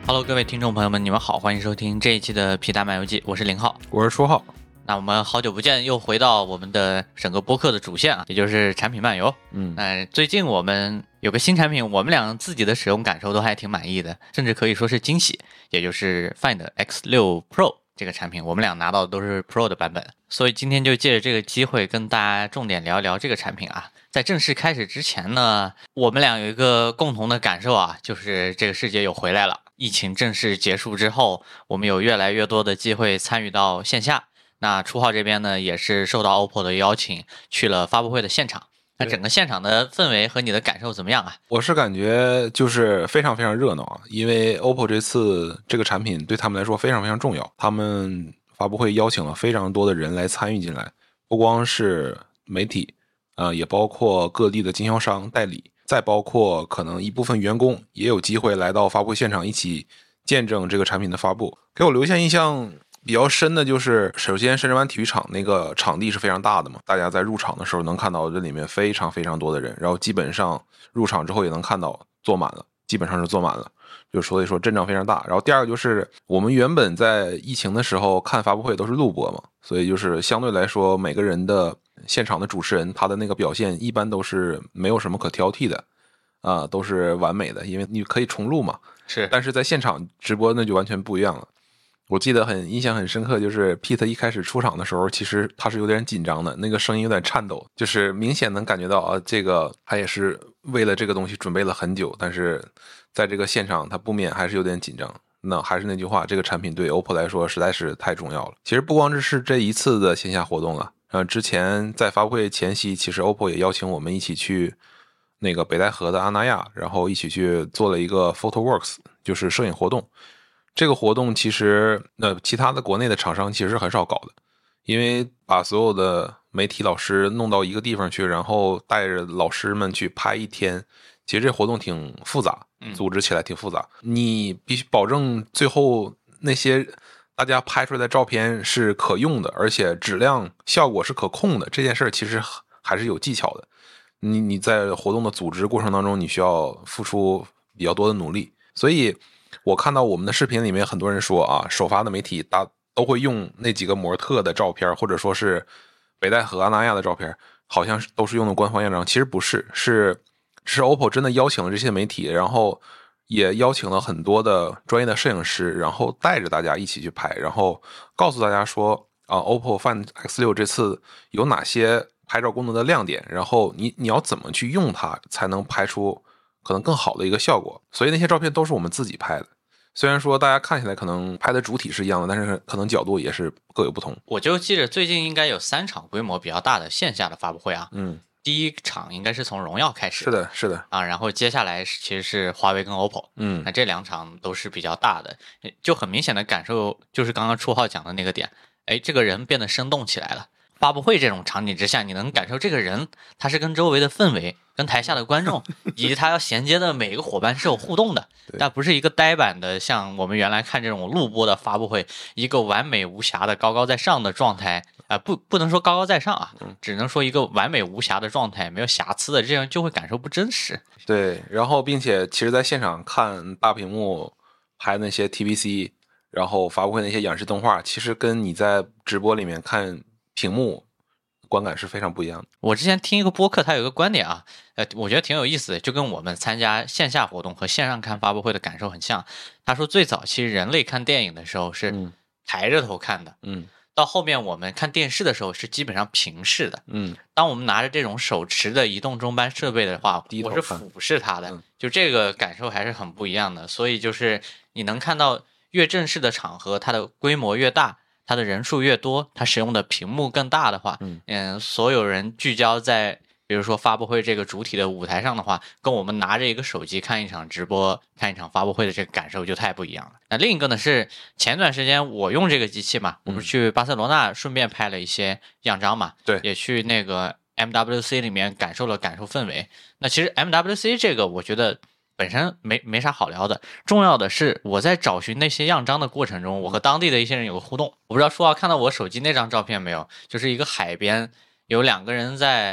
Hello， 各位听众朋友们，你们好，欢迎收听这一期的皮蛋漫游记，我是林浩， 我是说浩。 那我们好久不见，又回到我们的整个播客的主线啊，也就是产品漫游。那最近我们有个新产品，我们俩自己的使用感受都还挺满意的，甚至可以说是惊喜，也就是 Find X6 Pro 这个产品，我们俩拿到的都是 Pro 的版本，所以今天就借着这个机会跟大家重点聊一聊这个产品啊。在正式开始之前呢，我们俩有一个共同的感受啊，就是这个世界又回来了。疫情正式结束之后，我们有越来越多的机会参与到线下。那初号这边呢，也是受到 OPPO 的邀请，去了发布会的现场。那整个现场的氛围和你的感受怎么样啊？ 我是感觉就是非常非常热闹啊，因为 OPPO 这次这个产品对他们来说非常非常重要，他们发布会邀请了非常多的人来参与进来，不光是媒体，也包括各地的经销商代理，再包括可能一部分员工也有机会来到发布会现场一起见证这个产品的发布。给我留下印象比较深的就是，首先深圳湾体育场那个场地是非常大的嘛，大家在入场的时候能看到这里面非常非常多的人，然后基本上入场之后也能看到坐满了，基本上是坐满了，就所以说阵仗非常大。然后第二个就是我们原本在疫情的时候看发布会都是录播嘛，所以就是相对来说每个人的现场的主持人他的那个表现一般都是没有什么可挑剔的都是完美的，因为你可以重录嘛。 是， 但是在现场直播那就完全不一样了。我记得印象很深刻，就是 Pete 一开始出场的时候，其实他是有点紧张的，那个声音有点颤抖，就是明显能感觉到啊，这个他也是为了这个东西准备了很久，但是在这个现场他不免还是有点紧张。那还是那句话，这个产品对 OPPO 来说实在是太重要了。其实不光是这一次的线下活动了，之前在发布会前夕，其实 OPPO 也邀请我们一起去那个北戴河的阿那亚，然后一起去做了一个 PhotoWorks， 就是摄影活动。这个活动其实其他的国内的厂商其实是很少搞的，因为把所有的媒体老师弄到一个地方去，然后带着老师们去拍一天，其实这活动挺复杂，组织起来挺复杂，你必须保证最后那些大家拍出来的照片是可用的，而且质量效果是可控的，这件事其实还是有技巧的。你在活动的组织过程当中，你需要付出比较多的努力，所以我看到我们的视频里面很多人说啊，首发的媒体都会用那几个模特的照片，或者说是北戴河阿那亚的照片，好像都是用的官方样张，其实不是，是 OPPO 真的邀请了这些媒体，然后也邀请了很多的专业的摄影师，然后带着大家一起去拍，然后告诉大家说OPPO Find X6 这次有哪些拍照功能的亮点，然后你要怎么去用它才能拍出可能更好的一个效果。所以那些照片都是我们自己拍的，虽然说大家看起来可能拍的主体是一样的，但是可能角度也是各有不同。 我就记着最近应该有3场规模比较大的线下的发布会啊。第一场应该是从荣耀开始， 是的啊，然后接下来其实是华为跟 OPPO，那这2场都是比较大的，就很明显的感受就是刚刚初号讲的那个点，这个人变得生动起来了。发布会这种场景之下，你能感受这个人他是跟周围的氛围、跟台下的观众以及他要衔接的每一个伙伴是有互动的，但不是一个呆板的像我们原来看这种录播的发布会，一个完美无瑕的高高在上的状态不能说高高在上啊，只能说一个完美无瑕的状态，没有瑕疵的，这样就会感受不真实。 对，然后并且其实在现场看大屏幕拍那些 TVC， 然后发布会那些演示动画，其实跟你在直播里面看屏幕观感是非常不一样的。 我之前听一个播客，他有一个观点啊，我觉得挺有意思的，就跟我们参加线下活动和线上看发布会的感受很像。他说最早期人类看电影的时候是抬着头看的，到后面我们看电视的时候是基本上平视的，当我们拿着这种手持的移动中班设备的话，我是俯视它的，就这个感受还是很不一样的。所以就是你能看到越正式的场合，它的规模越大，它的人数越多，它使用的屏幕更大的话，所有人聚焦在比如说发布会这个主体的舞台上的话，跟我们拿着一个手机看一场直播、看一场发布会的这个感受就太不一样了。那另一个呢是前段时间我用这个机器嘛，我不是去巴塞罗那顺便拍了一些样张嘛， 对， 也去那个 MWC 里面感受氛围。那其实 MWC 这个我觉得本身没啥好聊的，重要的是我在找寻那些样张的过程中，我和当地的一些人有个互动。我不知道说看到我手机那张照片没有，就是一个海边有2个人在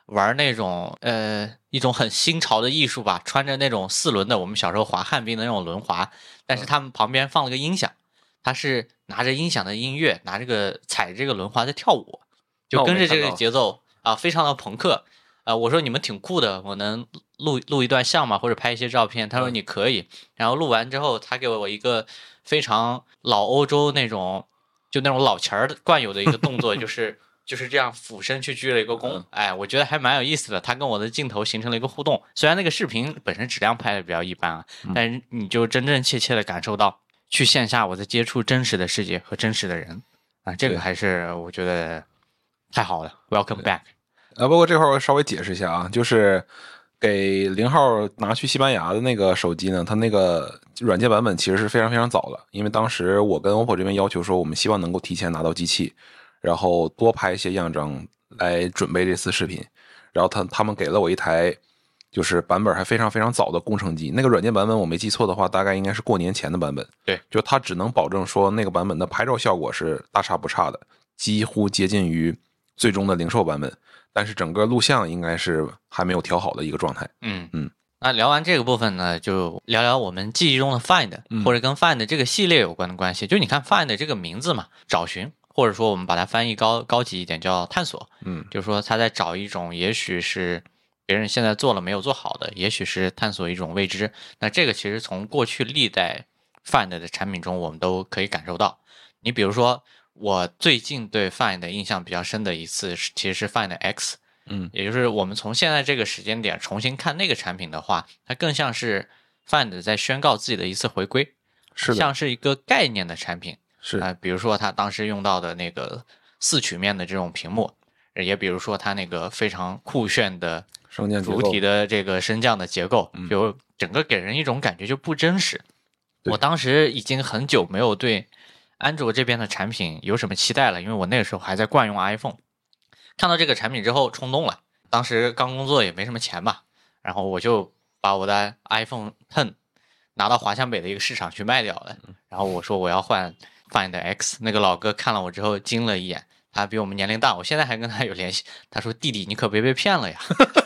玩那种一种很新潮的艺术吧，穿着那种4轮的我们小时候滑旱冰的那种轮滑，但是他们旁边放了个音响，他是拿着音响的音乐，拿这个踩这个轮滑在跳舞，就跟着这个节奏啊，非常的朋克。我说你们挺酷的，我能录一段像吗？或者拍一些照片？他说你可以。然后录完之后，他给我一个非常老欧洲那种，就那种老钱儿惯有的一个动作，就是这样俯身去鞠了一个躬。哎，我觉得还蛮有意思的。他跟我的镜头形成了一个互动。虽然那个视频本身质量拍的比较一般啊，但是你就真真切切的感受到去线下我在接触真实的世界和真实的人啊，这个还是我觉得太好了。Welcome back。 不过这会儿我稍微解释一下啊，就是给0号拿去西班牙的那个手机呢，它那个软件版本其实是非常非常早了，因为当时我跟 OPPO 这边要求说，我们希望能够提前拿到机器，然后多拍一些样张来准备这次视频，然后他们给了我一台就是版本还非常非常早的工程机，那个软件版本我没记错的话，大概应该是过年前的版本。 对， 就它只能保证说那个版本的拍照效果是大差不差的，几乎接近于最终的零售版本。但是整个录像应该是还没有调好的一个状态。 那聊完这个部分呢，就聊聊我们记忆中的 Find，或者跟 Find 这个系列有关的关系。就你看 Find 这个名字嘛，找寻，或者说我们把它翻译高级一点叫探索。就是说他在找一种也许是别人现在做了没有做好的，也许是探索一种未知。那这个其实从过去历代 Find 的产品中我们都可以感受到。你比如说我最近对 Find 印象比较深的一次其实是 Find X。也就是我们从现在这个时间点重新看那个产品的话，它更像是 Find 在宣告自己的一次回归， 是的， 像是一个概念的产品。 是比如说它当时用到的那个4曲面的这种屏幕，也比如说它那个非常酷炫的主体的这个升降的结构，就整个给人一种感觉就不真实。我当时已经很久没有对安卓这边的产品有什么期待了，因为我那个时候还在惯用 iPhone。看到这个产品之后冲动了，当时刚工作也没什么钱嘛，然后我就把我的 iPhone X 拿到华强北的一个市场去卖掉了。然后我说我要换 Find X， 那个老哥看了我之后惊了一眼，他比我们年龄大，我现在还跟他有联系。他说弟弟你可别被骗了呀。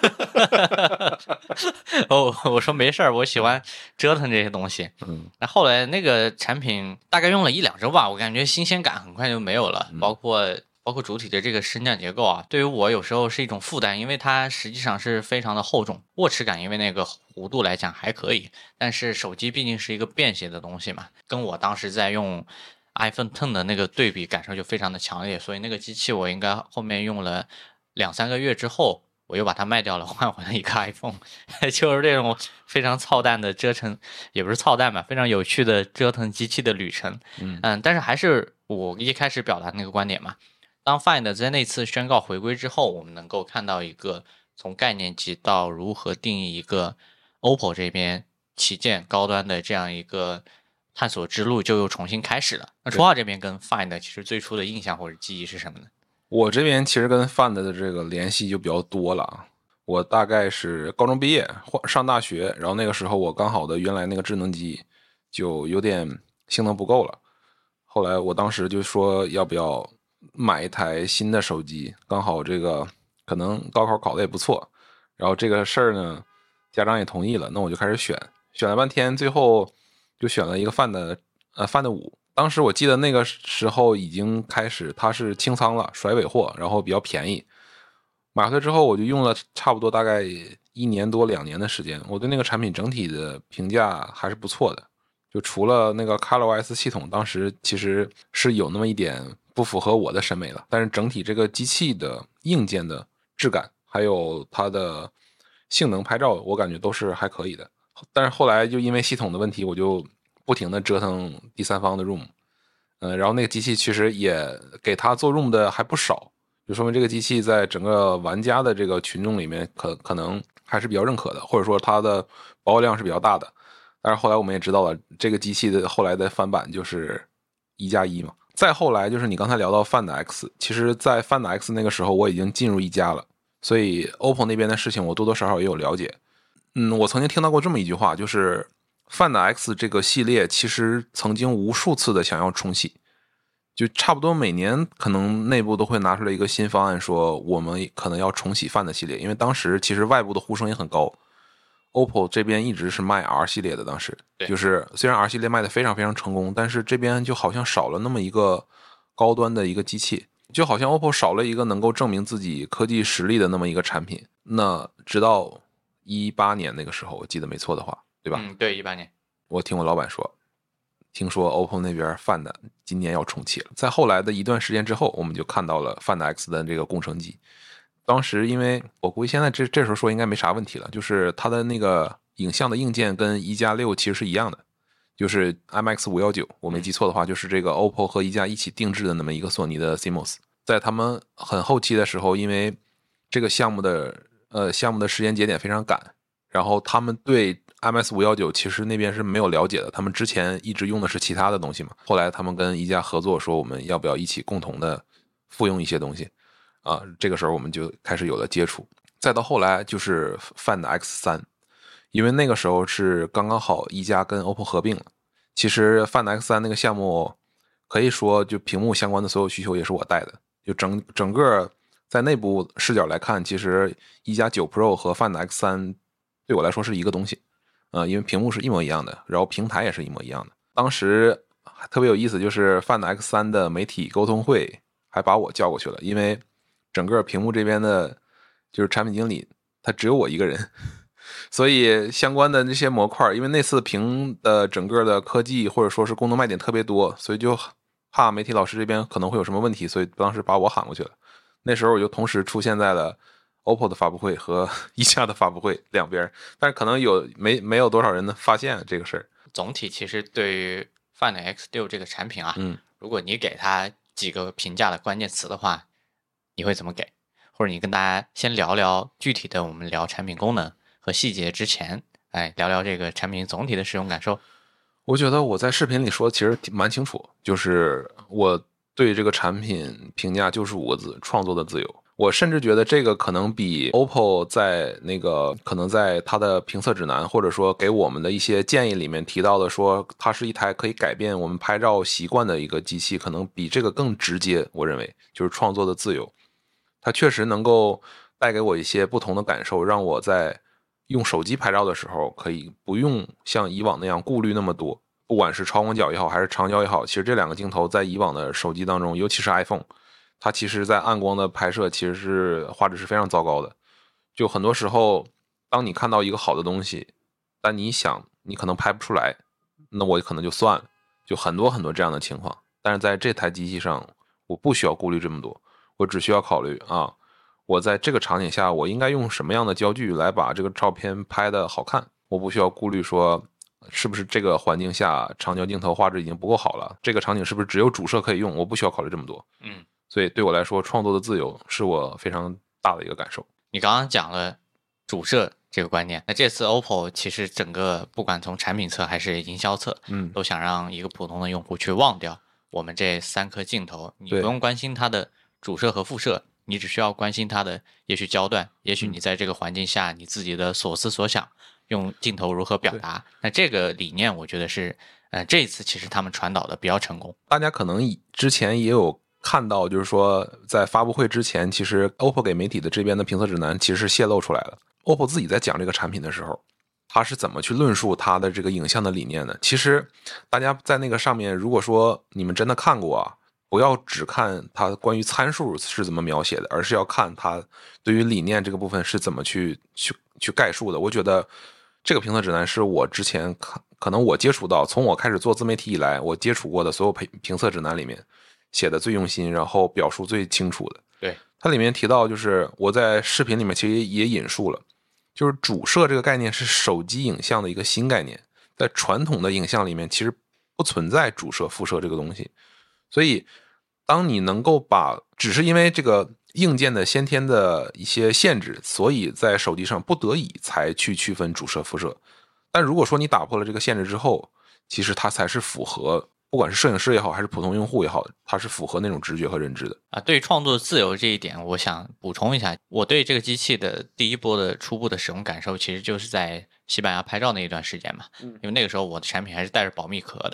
我说没事儿，我喜欢折腾这些东西。那后来那个产品大概用了1-2周吧，我感觉新鲜感很快就没有了，包括主体的这个升降结构啊，对于我有时候是一种负担，因为它实际上是非常的厚重，握持感因为那个弧度来讲还可以，但是手机毕竟是一个便携的东西嘛，跟我当时在用 iPhone X 的那个对比感受就非常的强烈，所以那个机器我应该后面用了2-3个月之后，我又把它卖掉了，换回了一个 iPhone。 就是这种非常操蛋的折腾，也不是操蛋吧，非常有趣的折腾机器的旅程。但是还是我一开始表达那个观点嘛，当 Find 在那次宣告回归之后，我们能够看到一个从概念级到如何定义一个 OPPO 这边旗舰高端的这样一个探索之路就又重新开始了。那初号这边跟 Find 其实最初的印象或者记忆是什么呢？ 我这边其实跟 Find 的这个联系就比较多了。我大概是高中毕业上大学，然后那个时候我刚好的原来那个智能机就有点性能不够了，后来我当时就说要不要买一台新的手机，刚好这个可能高考考的也不错，然后这个事儿呢家长也同意了，那我就开始选了半天，最后就选了一个 Find 5。当时我记得那个时候已经开始它是清仓了，甩尾货，然后比较便宜，买回来之后我就用了差不多大概1年多2年的时间，我对那个产品整体的评价还是不错的，就除了那个 ColorOS 系统当时其实是有那么一点不符合我的审美了，但是整体这个机器的硬件的质感还有它的性能拍照我感觉都是还可以的。但是后来就因为系统的问题，我就不停的折腾第三方的 ROM，然后那个机器其实也给它做 ROM 的还不少，就说明这个机器在整个玩家的这个群众里面可能还是比较认可的，或者说它的保有量是比较大的。但是后来我们也知道了，这个机器的后来的翻版就是1+1嘛。再后来就是你刚才聊到 Find X， 其实在 Find X 那个时候我已经进入1加了，所以 OPPO 那边的事情我多多少少也有了解。我曾经听到过这么一句话，就是 Find X 这个系列其实曾经无数次的想要重启， 就差不多每年可能内部都会拿出来一个新方案，说我们可能要重启 Find 系列，因为当时其实外部的呼声也很高。OPPO 这边一直是卖 R 系列的，当时就是虽然 R 系列卖的非常非常成功，但是这边就好像少了那么一个高端的一个机器，就好像 OPPO 少了一个能够证明自己科技实力的那么一个产品。那直到18年那个时候，我记得没错的话，对吧？ 对，18年。 我听我老板说，听说 OPPO 那边 Find 今年要重启了。在后来的一段时间之后，我们就看到了 Find X 的这个工程机。当时因为我估计现在这时候说应该没啥问题了，就是它的那个影像的硬件跟1+6其实是一样的，就是 IMX519，我没记错的话，就是这个 OPPO 和1+一起定制的那么一个索尼的 CMOS。在他们很后期的时候，因为这个项目的时间节点非常赶，然后他们对 IMX519其实那边是没有了解的，他们之前一直用的是其他的东西嘛。后来他们跟1+合作，说我们要不要一起共同的复用一些东西。这个时候我们就开始有了接触，再到后来就是 Find X3，因为那个时候是刚刚好1+跟 OPPO 合并了。其实 Find X3那个项目可以说就屏幕相关的所有需求也是我带的，就整个在内部视角来看，其实1+9 Pro 和 Find X3对我来说是一个东西，因为屏幕是一模一样的，然后平台也是一模一样的。当时特别有意思，就是 Find X3的媒体沟通会还把我叫过去了，因为整个屏幕这边的就是产品经理他只有我一个人，所以相关的那些模块，因为那次屏的整个的科技或者说是功能卖点特别多，所以就怕媒体老师这边可能会有什么问题，所以当时把我喊过去了。那时候我就同时出现在了 OPPO 的发布会和1+的发布会两边，但是可能没有多少人发现这个事儿。 总体其实对于 Find X6 这个产品啊，如果你给它几个评价的关键词的话，你会怎么给？或者你跟大家先聊聊具体的，我们聊产品功能和细节之前，聊聊这个产品总体的使用感受。 我觉得我在视频里说其实蛮清楚，就是我对这个产品评价就是5个字：创作的自由。我甚至觉得这个可能比 OPPO 在可能在它的评测指南或者说给我们的一些建议里面提到的说它是一台可以改变我们拍照习惯的一个机器，可能比这个更直接。我认为就是创作的自由，它确实能够带给我一些不同的感受，让我在用手机拍照的时候可以不用像以往那样顾虑那么多，不管是超广角也好还是长焦也好，其实这两个镜头在以往的手机当中，尤其是 iPhone， 它其实在暗光的拍摄其实是画质是非常糟糕的。就很多时候当你看到一个好的东西，但你想你可能拍不出来，那我可能就算了，就很多很多这样的情况。但是在这台机器上我不需要顾虑这么多，我只需要考虑我在这个场景下我应该用什么样的焦距来把这个照片拍得好看，我不需要顾虑说是不是这个环境下长焦镜头画质已经不够好了，这个场景是不是只有主摄可以用，我不需要考虑这么多。所以对我来说创作的自由是我非常大的一个感受。 你刚刚讲了主摄这个观念，那这次 OPPO 其实整个不管从产品侧还是营销侧，都想让一个普通的用户去忘掉我们这3颗镜头，你不用关心它的主摄和副摄，你只需要关心它的也许焦段，也许你在这个环境下你自己的所思所想，用镜头如何表达。那这个理念我觉得是这一次其实他们传导的比较成功。 大家可能之前也有看到，就是说在发布会之前，其实 OPPO 给媒体的这边的评测指南其实是泄露出来了。OPPO 自己在讲这个产品的时候，他是怎么去论述他的这个影像的理念呢？其实大家在那个上面，如果说你们真的看过不要只看他关于参数是怎么描写的，而是要看他对于理念这个部分是怎么去概述的。我觉得这个评测指南是我之前可能我接触到，从我开始做自媒体以来，我接触过的所有评测指南里面写的最用心，然后表述最清楚的。 对， 它里面提到，就是我在视频里面其实也引述了，就是主摄这个概念是手机影像的一个新概念，在传统的影像里面其实不存在主摄副摄这个东西。所以当你能够只是因为这个硬件的先天的一些限制，所以在手机上不得已才去区分主摄副摄。但如果说你打破了这个限制之后，其实它才是符合，不管是摄影师也好还是普通用户也好，它是符合那种直觉和认知的。 对于创作自由这一点，我想补充一下，我对这个机器的第一波的初步的使用感受，其实就是在西班牙拍照那一段时间嘛，因为那个时候我的产品还是带着保密壳的，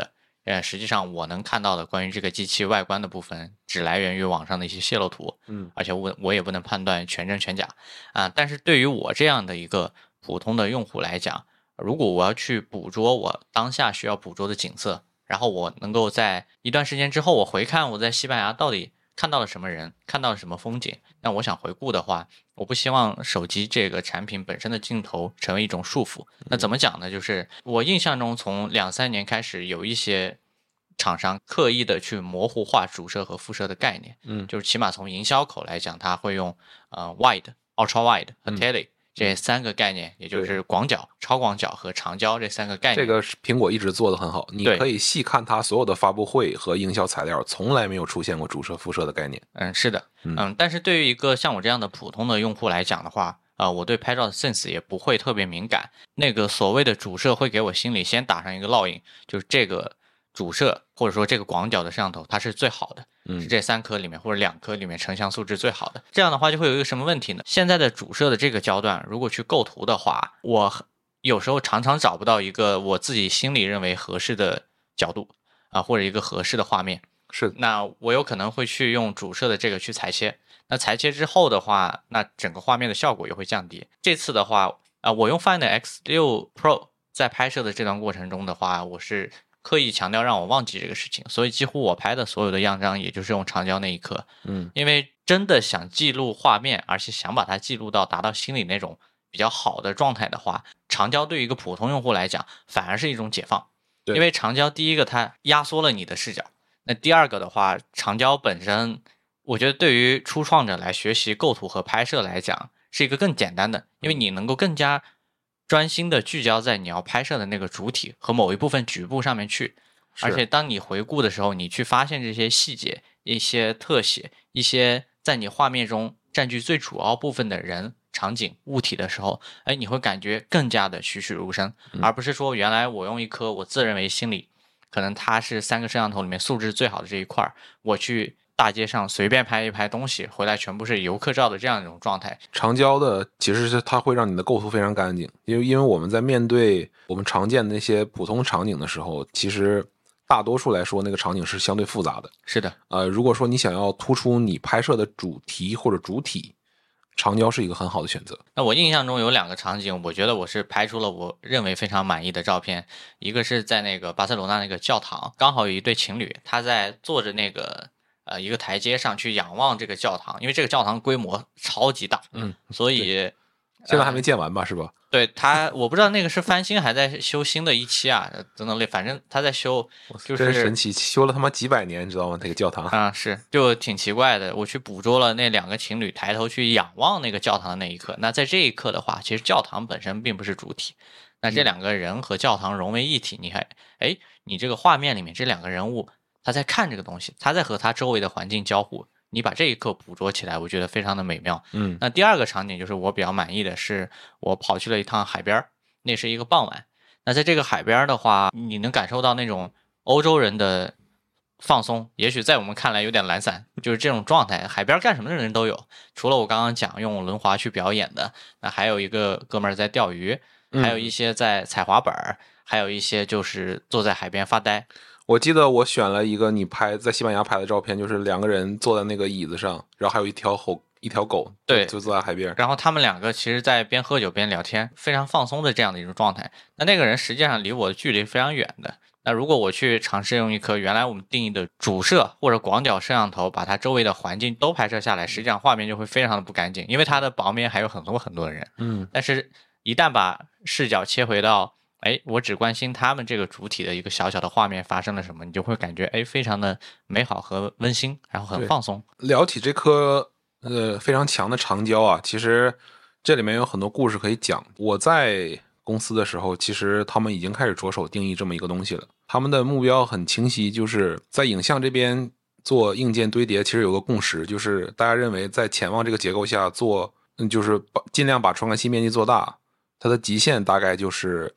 实际上我能看到的关于这个机器外观的部分，只来源于网上的一些泄露图，而且我也不能判断全真全假啊。但是对于我这样的一个普通的用户来讲，如果我要去捕捉我当下需要捕捉的景色，然后我能够在一段时间之后，我回看我在西班牙到底看到了什么人，看到了什么风景，那我想回顾的话，我不希望手机这个产品本身的镜头成为一种束缚。那怎么讲呢？就是我印象中从2-3年开始，有一些厂商刻意的去模糊化主摄和副摄的概念，就是起码从营销口来讲，它会用wide、ultra wide 和 tele。这3个概念，也就是广角、超广角和长焦这3个概念， 这个苹果一直做得很好。你可以细看它所有的发布会和营销材料，从来没有出现过主摄、副摄的概念。 是的，但是对于一个像我这样的普通的用户来讲的话，我对拍照的 sense 也不会特别敏感。那个所谓的主摄会给我心里先打上一个烙印，就是这个主摄或者说这个广角的摄像头，它是最好的。是这3颗里面或者2颗里面成像素质最好的。这样的话就会有一个什么问题呢？现在的主摄的这个焦段，如果去构图的话，我有时候常常找不到一个我自己心里认为合适的角度或者一个合适的画面。 是， 那我有可能会去用主摄的这个去裁切。那裁切之后的话，那整个画面的效果也会降低。这次的话我用 Find X6 Pro 在拍摄的这段过程中的话，我是刻意强调让我忘记这个事情，所以几乎我拍的所有的样张也就是用长焦那一颗。因为真的想记录画面，而且想把它记录到达到心里那种比较好的状态的话，长焦对于一个普通用户来讲反而是一种解放。因为长焦第一个它压缩了你的视角，那第二个的话，长焦本身我觉得对于初创者来学习构图和拍摄来讲是一个更简单的，因为你能够更加专心的聚焦在你要拍摄的那个主体和某一部分局部上面去。而且当你回顾的时候，你去发现这些细节、一些特写、一些在你画面中占据最主要部分的人、场景、物体的时候，你会感觉更加的栩栩如生，而不是说原来我用一颗我自认为心里可能它是3个摄像头里面素质最好的这一块，我去大街上随便拍一拍东西回来全部是游客照的这样一种状态。 长焦的其实是它会让你的构图非常干净，因为我们在面对我们常见的那些普通场景的时候，其实大多数来说那个场景是相对复杂的。 是的， 如果说你想要突出你拍摄的主题或者主体，长焦是一个很好的选择。 那我印象中有2个场景，我觉得我是拍出了我认为非常满意的照片。一个是在那个巴塞罗那那个教堂，刚好有一对情侣，他在坐着那个一个台阶上去仰望这个教堂，因为这个教堂规模超级大，所以现在还没建完吧，是吧？ 对他，我不知道那个是翻新还在修新的一期啊，等等类，反正他在修，就是真神奇，修了他妈几百年，你知道吗？那个教堂是就挺奇怪的。我去捕捉了那2个情侣抬头去仰望那个教堂的那一刻。那在这一刻的话，其实教堂本身并不是主体，那这2个人和教堂融为一体，你看，你这个画面里面这2个人物他在看这个东西，他在和他周围的环境交互。你把这一刻捕捉起来，我觉得非常的美妙。那第2个场景就是我比较满意的是，我跑去了一趟海边，那是一个傍晚。那在这个海边的话，你能感受到那种欧洲人的放松，也许在我们看来有点懒散，就是这种状态。海边干什么的人都有，除了我刚刚讲用轮滑去表演的，那还有一个哥们儿在钓鱼，还有一些在踩滑板，还有一些就是坐在海边发呆。 我记得我选了一个你在西班牙拍的照片，就是2个人坐在那个椅子上，然后还有一条狗， 对， 就坐在海边。 然后他们2个其实在边喝酒边聊天，非常放松的这样的一种状态。那个人实际上离我的距离非常远的。那如果我去尝试用一颗原来我们定义的主摄或者广角摄像头，把它周围的环境都拍摄下来，实际上画面就会非常的不干净，因为它的旁边还有很多很多的人。但是一旦把视角切回到我只关心他们这个主体的一个小小的画面发生了什么，你就会感觉非常的美好和温馨，然后很放松。 聊起这颗非常强的长焦啊，其实这里面有很多故事可以讲。我在公司的时候，其实他们已经开始着手定义这么一个东西了。他们的目标很清晰，就是在影像这边做硬件堆叠，其实有个共识，就是大家认为在潜望这个结构下做，就是尽量把传感器面积做大，它的极限大概就是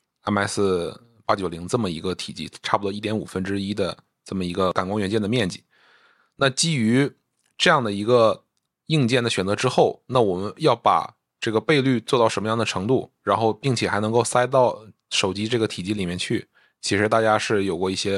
MS890 这么一个体积，差不多1.5%的这么一个感光元件的面积。那基于这样的一个硬件的选择之后，那我们要把这个倍率做到什么样的程度，然后并且还能够塞到手机这个体积里面去，其实大家是有过一些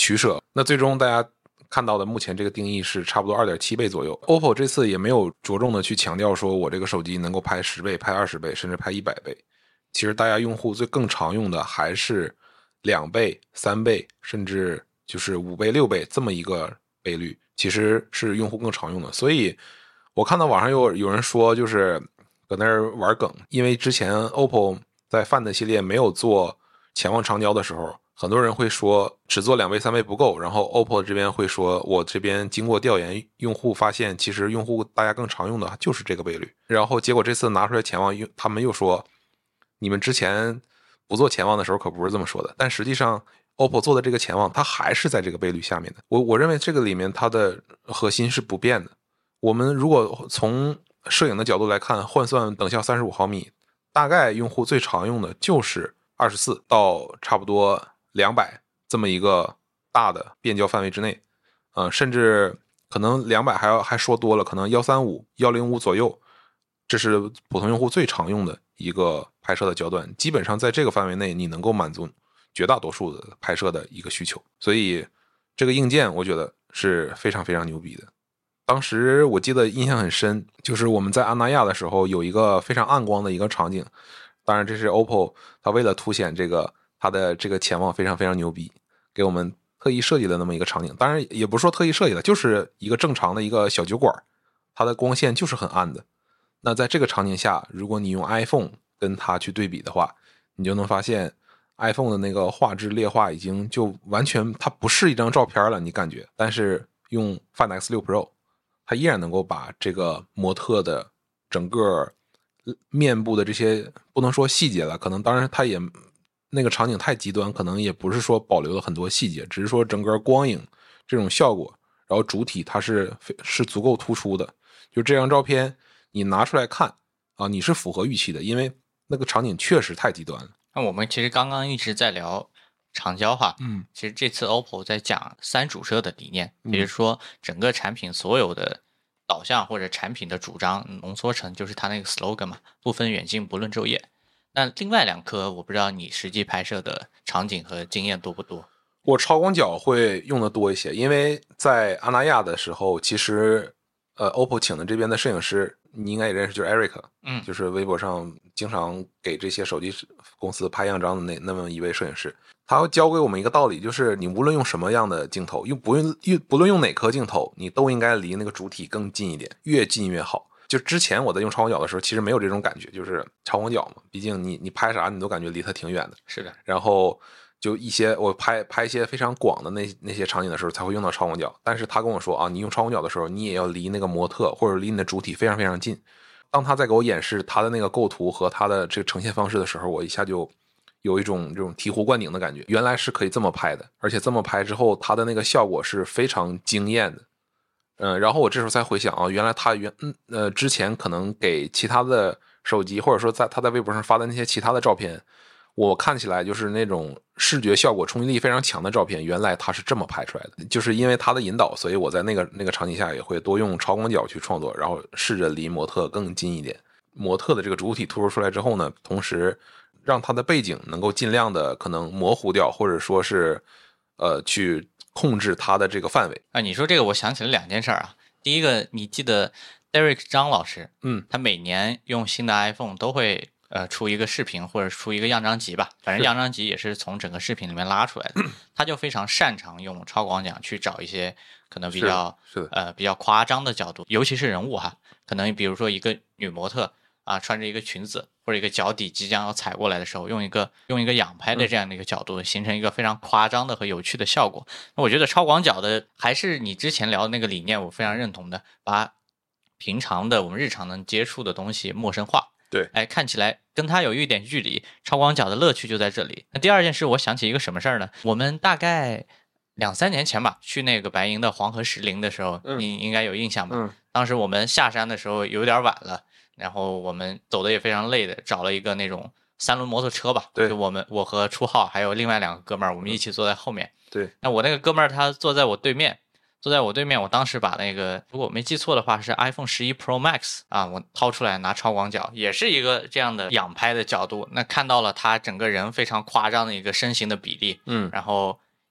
取舍。那最终大家看到的目前这个定义是差不多 2.7 倍左右。 OPPO 这次也没有着重的去强调说我这个手机能够拍10倍拍20倍甚至拍100倍，其实大家用户更常用的还是2倍3倍甚至就是5倍6倍这么一个倍率，其实是用户更常用的。所以我看到网上有人说就是搁那儿玩梗，因为之前 OPPO 在 Find 系列没有做潜望长焦的时候，很多人会说只做2倍3倍不够，然后 OPPO 这边会说我这边经过调研，用户发现其实用户大家更常用的就是这个倍率，然后结果这次拿出来潜望，他们又说你们之前不做潜望的时候可不是这么说的，但实际上 OPPO 做的这个潜望它还是在这个倍率下面的。我认为这个里面它的核心是不变的。我们如果从摄影的角度来看，换算等效35毫米，大概用户最常用的就是24到差不多200这么一个大的变焦范围之内，甚至可能200还说多了，可能135、105左右，这是普通用户最常用的一个拍摄的焦段，基本上在这个范围内你能够满足绝大多数的拍摄的一个需求，所以这个硬件我觉得是非常非常牛逼的。当时我记得印象很深，就是我们在安那亚的时候有一个非常暗光的一个场景，当然这是 OPPO 它为了凸显这个它的这个潜望非常非常牛逼，给我们特意设计的那么一个场景，当然也不是说特意设计的，就是一个正常的一个小酒馆，它的光线就是很暗的。那在这个场景下，如果你用 iPhone 跟它去对比的话，你就能发现 iPhone 的那个画质劣化已经就完全它不是一张照片了，你感觉，但是用 Find X6 Pro 它依然能够把这个模特的整个面部的这些不能说细节了，可能当然它也那个场景太极端，可能也不是说保留了很多细节，只是说整个光影这种效果，然后主体它是足够突出的。就这张照片你拿出来看啊，你是符合预期的，因为那个场景确实太极端了。 那我们其实刚刚一直在聊长焦哈，其实这次 OPPO 在讲3主摄的理念，比如说整个产品所有的导向或者产品的主张浓缩成就是它那个 slogan 嘛，不分远近不论昼夜。那另外2颗我不知道你实际拍摄的场景和经验多不多？ 我超广角会用的多一些，因为在安那亚的时候，其实OPPO 请的这边的摄影师你应该也认识，就是 Eric， 就是微博上经常给这些手机公司拍样张的那么一位摄影师，他教给我们一个道理，就是你无论用什么样的镜头，不论用哪颗镜头，你都应该离那个主体更近一点，越近越好。就之前我在用超广角的时候，其实没有这种感觉，就是超广角嘛，毕竟你拍啥你都感觉离它挺远的。 是的。 然后就我拍一些非常广的那些场景的时候才会用到超广角，但是他跟我说啊，你用超广角的时候，你也要离那个模特或者离你的主体非常非常近。当他在给我演示他的那个构图和他的这个呈现方式的时候，我一下就有一种这种醍醐灌顶的感觉，原来是可以这么拍的，而且这么拍之后，它的那个效果是非常惊艳的。然后我这时候才回想啊，原来他之前可能给其他的手机，或者说他在微博上发的那些其他的照片，我看起来就是那种视觉效果冲击力非常强的照片，原来他是这么拍出来的。就是因为他的引导，所以我在那个场景下也会多用超广角去创作，然后试着离模特更近一点。模特的这个主体突出出来之后呢，同时让它的背景能够尽量的可能模糊掉，或者说是去控制它的这个范围啊。你说这个我想起了2件事啊。第一个，你记得 Derek 张老师，他每年用新的 iPhone 都会出一个视频或者出一个样张集吧，反正样张集也是从整个视频里面拉出来的。他就非常擅长用超广角去找一些可能比较夸张的角度，尤其是人物哈，可能比如说一个女模特啊，穿着一个裙子或者一个脚底即将要踩过来的时候，用一个仰拍的这样的一个角度，形成一个非常夸张的和有趣的效果。那我觉得超广角的还是你之前聊的那个理念，我非常认同的，把平常的我们日常能接触的东西陌生化。 对， 看起来跟它有一点距离，超广角的乐趣就在这里。那第二件事，我想起一个什么事儿呢？我们大概2-3年前吧，去那个白银的黄河石林的时候，你应该有印象吧？当时我们下山的时候有点晚了，然后我们走的也非常累的，找了一个那种3轮摩托车吧， 对， 就我和初浩还有另外2个哥们儿，我们一起坐在后面。 对， 那我那个哥们儿他坐在我对面，我当时把那个，如果我没记错的话是 iPhone 11 Pro Max 啊，我掏出来拿超广角，也是一个这样的仰拍的角度，那看到了他整个人非常夸张的一个身形的比例，然后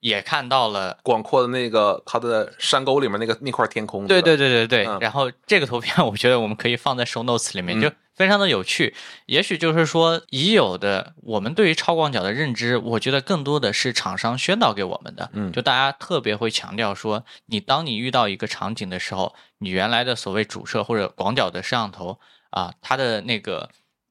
也看到了广阔的那个它的山沟里面那块天空。 对，然后这个图片我觉得我们可以放在 show notes 里面，就非常的有趣。也许就是说已有的我们对于超广角的认知，我觉得更多的是厂商宣导给我们的。就大家特别会强调说，当你遇到一个场景的时候，你原来的所谓主摄或者广角的摄像头啊，它的那个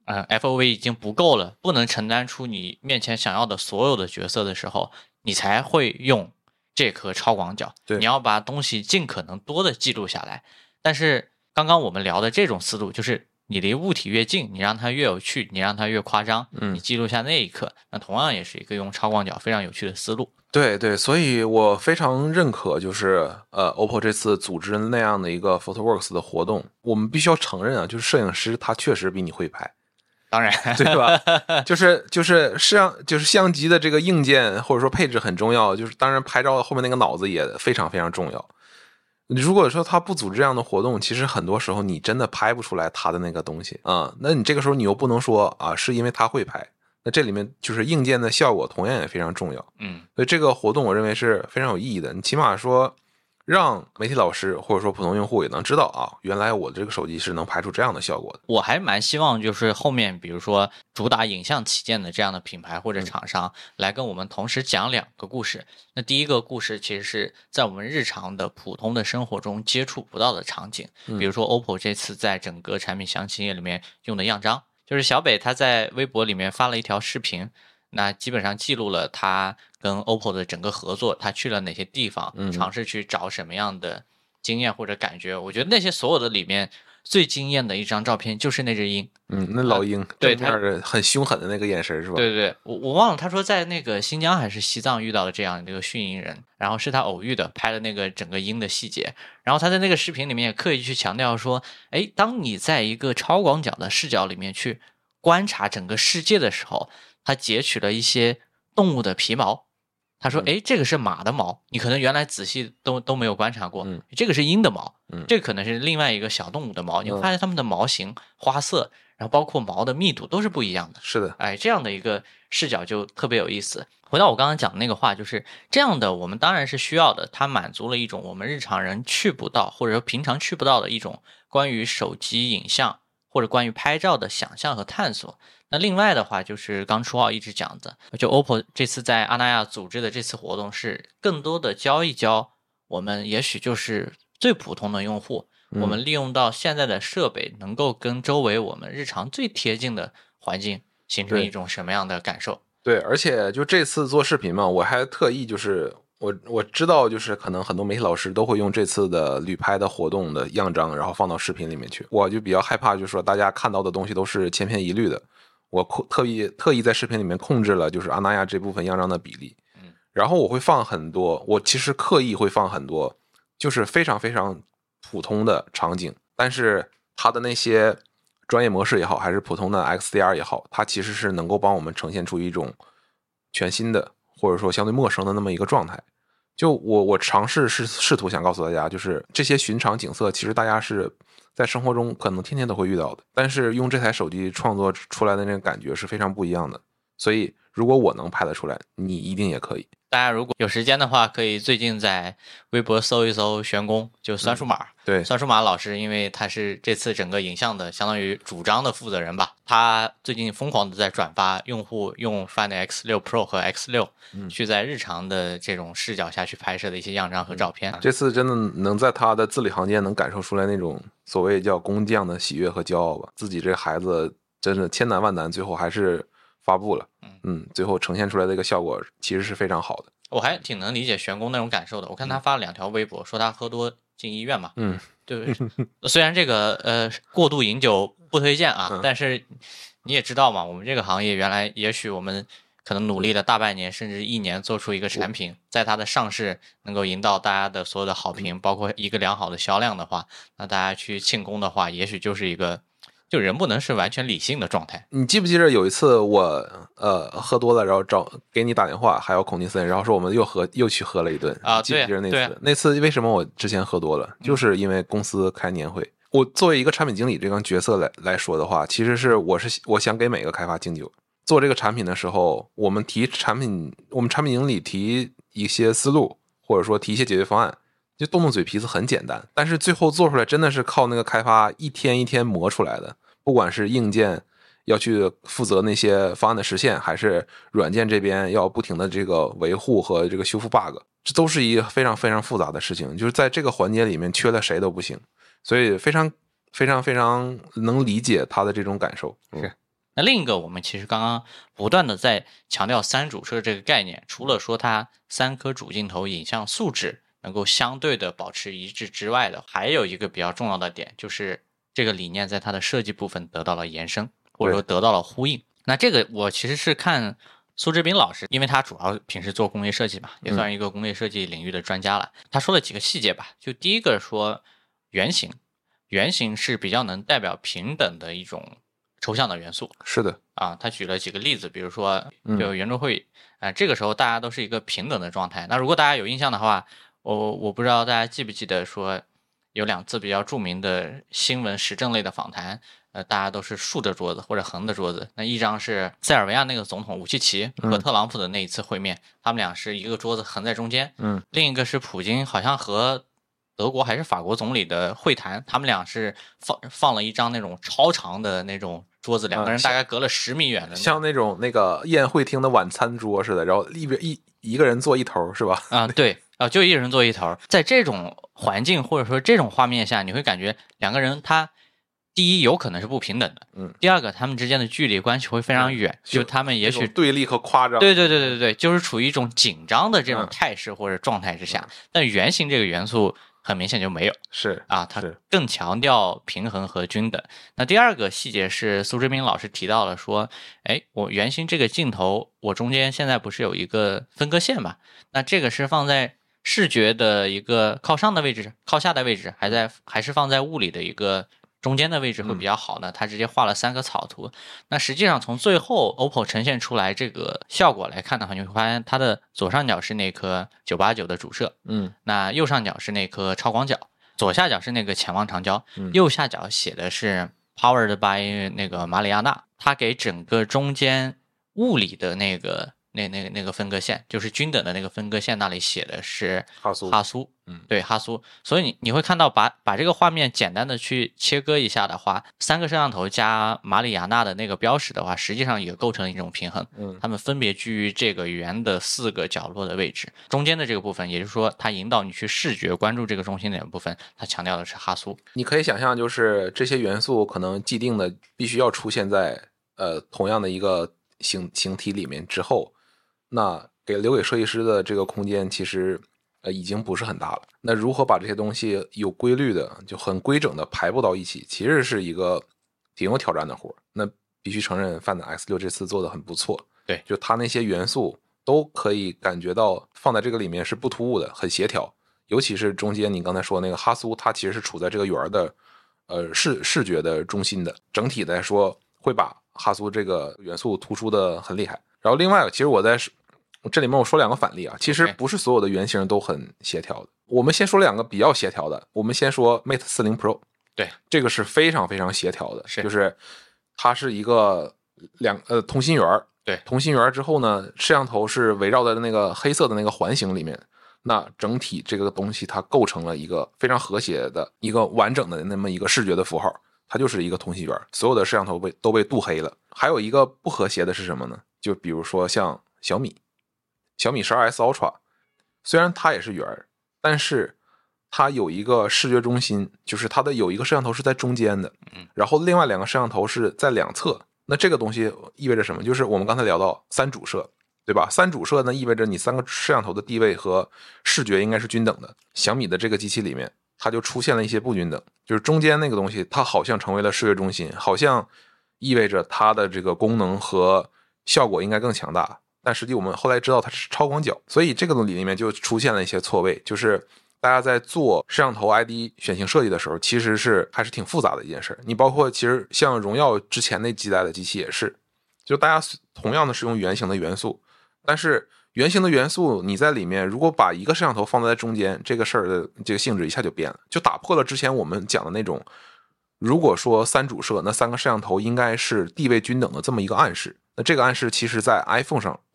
FOV 已经不够了，不能承担出你面前想要的所有的角色的时候，你才会用这颗超广角。你要把东西尽可能多的记录下来。但是刚刚我们聊的这种思路，就是你离物体越近，你让它越有趣，你让它越夸张，你记录下那一刻，那同样也是一个用超广角非常有趣的思路。 对，所以我非常认可，就是OPPO 这次组织那样的一个 PhotoWorks 的活动。我们必须要承认啊，就是摄影师他确实比你会拍。 当然， 对吧？就是相机的这个硬件或者说配置很重要，就是当然拍照后面那个脑子也非常非常重要。如果说他不组织这样的活动，其实很多时候你真的拍不出来他的那个东西啊。那你这个时候你又不能说啊，是因为他会拍，那这里面就是硬件的效果同样也非常重要。所以这个活动我认为是非常有意义的。你起码说让媒体老师或者说普通用户也能知道啊，原来我这个手机是能拍出这样的效果的。 我还蛮希望就是后面比如说主打影像旗舰的这样的品牌或者厂商来跟我们同时讲2个故事。那第一个故事其实是在我们日常的普通的生活中接触不到的场景，比如说 OPPO 这次在整个产品详情页里面用的样张，就是小北他在微博里面发了一条视频，那基本上记录了他跟 OPPO 的整个合作，他去了哪些地方，尝试去找什么样的经验或者感觉。我觉得那些所有的里面最惊艳的一张照片就是那只鹰。 那老鹰， 对， 他很凶狠的那个眼神是吧？ 对，我忘了他说在那个新疆还是西藏遇到了这样的一个驯鹰人，然后是他偶遇的，拍了那个整个鹰的细节。然后他在那个视频里面也刻意去强调说，当你在一个超广角的视角里面去观察整个世界的时候，他截取了一些动物的皮毛，他说这个是马的毛，你可能原来仔细都没有观察过，这个是鹰的毛，这个可能是另外一个小动物的毛，你会发现它们的毛型、花色，然后包括毛的密度都是不一样的。 是的， 这样的一个视角就特别有意思。回到我刚刚讲的那个话，就是这样的，我们当然是需要的，它满足了一种我们日常人去不到或者说平常去不到的一种关于手机影像或者关于拍照的想象和探索。那另外的话，就是刚初浩一直讲的，就 OPPO 这次在阿那亚组织的这次活动是更多的教一教我们，也许就是最普通的用户，我们利用到现在的设备，能够跟周围我们日常最贴近的环境形成一种什么样的感受。 对，而且就这次做视频嘛，我还特意就是我知道，就是可能很多媒体老师都会用这次的旅拍的活动的样张，然后放到视频里面去。我就比较害怕，就是说大家看到的东西都是千篇一律的。我特意在视频里面控制了就是阿那亚这部分样张的比例，然后我会放很多，我其实刻意会放很多，就是非常非常普通的场景，但是它的那些专业模式也好，还是普通的 XDR 也好，它其实是能够帮我们呈现出一种全新的或者说相对陌生的那么一个状态。就我尝试试图想告诉大家，就是这些寻常景色其实大家是在生活中可能天天都会遇到的，但是用这台手机创作出来的那个感觉是非常不一样的。所以如果我能拍得出来，你一定也可以。 大家如果有时间的话，可以最近在微博搜一搜玄公，就酸数码。 对， 酸数码老师，因为他是这次整个影像的相当于主张的负责人吧，他最近疯狂的在转发用户用 Find X6 Pro 和 X6 去在日常的这种视角下去拍摄的一些样张和照片。 这次真的能在他的字里行间能感受出来那种所谓叫工匠的喜悦和骄傲吧，自己这孩子真的千难万难，最后还是发布了。最后呈现出来的一个效果其实是非常好的。 我还挺能理解玄公那种感受的。我看他发了2条微博，说他喝多进医院嘛。对。虽然这个过度饮酒不推荐啊，但是你也知道嘛，我们这个行业原来也许我们可能努力了大半年甚至1年做出一个产品，在它的上市能够赢到大家的所有的好评，包括一个良好的销量的话，那大家去庆功的话，也许就是一个。就人不能是完全理性的状态。 你记不记得有一次我喝多了，然后给你打电话，还有孔尼森，然后说我们又去喝了一顿啊？ 记不记得那次？那次为什么我之前喝多了？就是因为公司开年会。我作为一个产品经理这个角色来说的话，其实我想给每个开发敬酒。做这个产品的时候，我们产品经理提一些思路，或者说提一些解决方案，就动动嘴皮子很简单，但是最后做出来真的是靠那个开发一天一天磨出来的。不管是硬件要去负责那些方案的实现，还是软件这边要不停的这个维护和这个修复 bug， 这都是一个非常非常复杂的事情，就是在这个环节里面缺了谁都不行，所以非常非常非常能理解他的这种感受。 是。那另一个，我们其实刚刚不断的在强调三主摄这个概念，除了说它3颗主镜头影像素质能够相对的保持一致之外的，还有一个比较重要的点，就是这个理念在它的设计部分得到了延伸，或者说得到了呼应。那这个我其实是看苏志斌老师，因为他主要平时做工业设计嘛，也算是一个工业设计领域的专家了。他说了几个细节吧，就第一个说原型是比较能代表平等的一种抽象的元素。 是的啊，他举了几个例子，比如说就圆桌会这个时候大家都是一个平等的状态。那如果大家有印象的话，我不知道大家记不记得说有2次比较著名的新闻时政类的访谈，大家都是竖着桌子或者横的桌子。那一张是塞尔维亚那个总统武契奇和特朗普的那一次会面，他们俩是一个桌子横在中间。另一个是普京好像和德国还是法国总理的会谈，他们俩是放了一张那种超长的那种桌子，两个人大概隔了10米远的， 像那种那个宴会厅的晚餐桌似的，然后一个人坐一头，是吧？ 对就一人坐一头。在这种环境或者说这种画面下，你会感觉两个人他第一有可能是不平等的，第二个他们之间的距离关系会非常远，就他们也许对立和夸张， 对，就是处于一种紧张的这种态势或者状态之下。但圆形这个元素很明显就没有， 是它更强调平衡和均等。那第二个细节是苏志斌老师提到了说，我圆形这个镜头，我中间现在不是有一个分割线嘛？那这个是放在视觉的一个靠上的位置、靠下的位置，还是放在物理的一个中间的位置会比较好呢？他直接画了3个草图。那实际上从最后 OPPO 呈现出来这个效果来看的话，你会发现它的左上角是那颗989的主摄，那右上角是那颗超广角，左下角是那个潜望长焦，右下角写的是 Powered by 那个马里亚纳。它给整个中间物理的那个分割线，就是均等的那个分割线那里写的是哈苏，对，哈苏。所以你会看到把这个画面简单的去切割一下的话，3个摄像头加马里亚纳的那个标识的话，实际上也构成一种平衡。它们分别居于这个圆的4个角落的位置，中间的这个部分，也就是说它引导你去视觉关注这个中心点的部分，它强调的是哈苏。 你可以想象，就是这些元素可能既定的必须要出现在同样的一个形体里面之后，那留给设计师的这个空间其实已经不是很大了。那如何把这些东西有规律的就很规整的排布到一起，其实是一个挺有挑战的活。那必须承认 Find X6 这次做的很不错， 对， 就它那些元素都可以感觉到放在这个里面是不突兀的，很协调。尤其是中间你刚才说那个哈苏，它其实是处在这个圆的视觉的中心的，整体来说会把哈苏这个元素突出的很厉害。然后另外其实我在这里面我说2个反例啊，其实不是所有的圆形都很协调的。我们先说2个比较协调的，我们先说 Mate 40 Pro， 对， 这个是非常非常协调的， 是就是它是一个同心圆， 对， 同心圆之后呢，摄像头是围绕在那个黑色的那个环形里面，那整体这个东西它构成了一个非常和谐的一个完整的那么一个视觉的符号，它就是一个同心圆，所有的摄像头都被镀黑了。还有一个不和谐的是什么呢？就比如说像小米 12S Ultra， 虽然它也是圆，但是它有一个视觉中心，就是它的有一个摄像头是在中间的，然后另外2个摄像头是在两侧。那这个东西意味着什么？就是我们刚才聊到3主摄，对吧？3主摄呢，意味着你3个摄像头的地位和视觉应该是均等的。小米的这个机器里面，它就出现了一些不均等，就是中间那个东西，它好像成为了视觉中心，好像意味着它的这个功能和效果应该更强大，但实际我们后来知道它是超广角，所以这个里面就出现了一些错位，就是大家在做摄像头 ID 选型设计的时候，其实还是挺复杂的一件事。你包括其实像荣耀之前那几代的机器也是，就大家同样的是用圆形的元素，但是圆形的元素你在里面如果把一个摄像头放在中间，这个事儿的这个性质一下就变了，就打破了之前我们讲的那种如果说3主摄，那3个摄像头应该是地位均等的这么一个暗示。那这个暗示其实在 iPhone 上